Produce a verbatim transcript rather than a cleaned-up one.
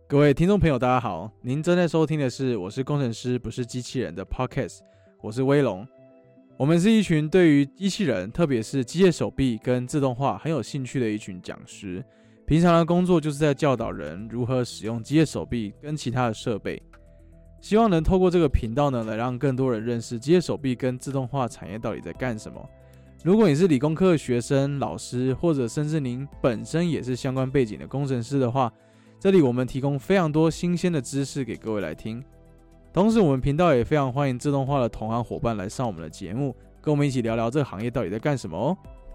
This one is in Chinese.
各位听众朋友大家好，您正在收听的是我是工程师不是机器人的 Podcast， 我是威龙。我们是一群对于机器人特别是机械手臂跟自动化很有兴趣的一群讲师，平常的工作就是在教导人如何使用机械手臂跟其他的设备，希望能透过这个频道呢，来让更多人认识机械手臂跟自动化产业到底在干什么。如果你是理工科的学生、老师，或者甚至您本身也是相关背景的工程师的话，这里我们提供非常多新鲜的知识给各位来听。同时我们频道也非常欢迎自动化的同行伙伴来上我们的节目，跟我们一起聊聊这个行业到底在干什么哦。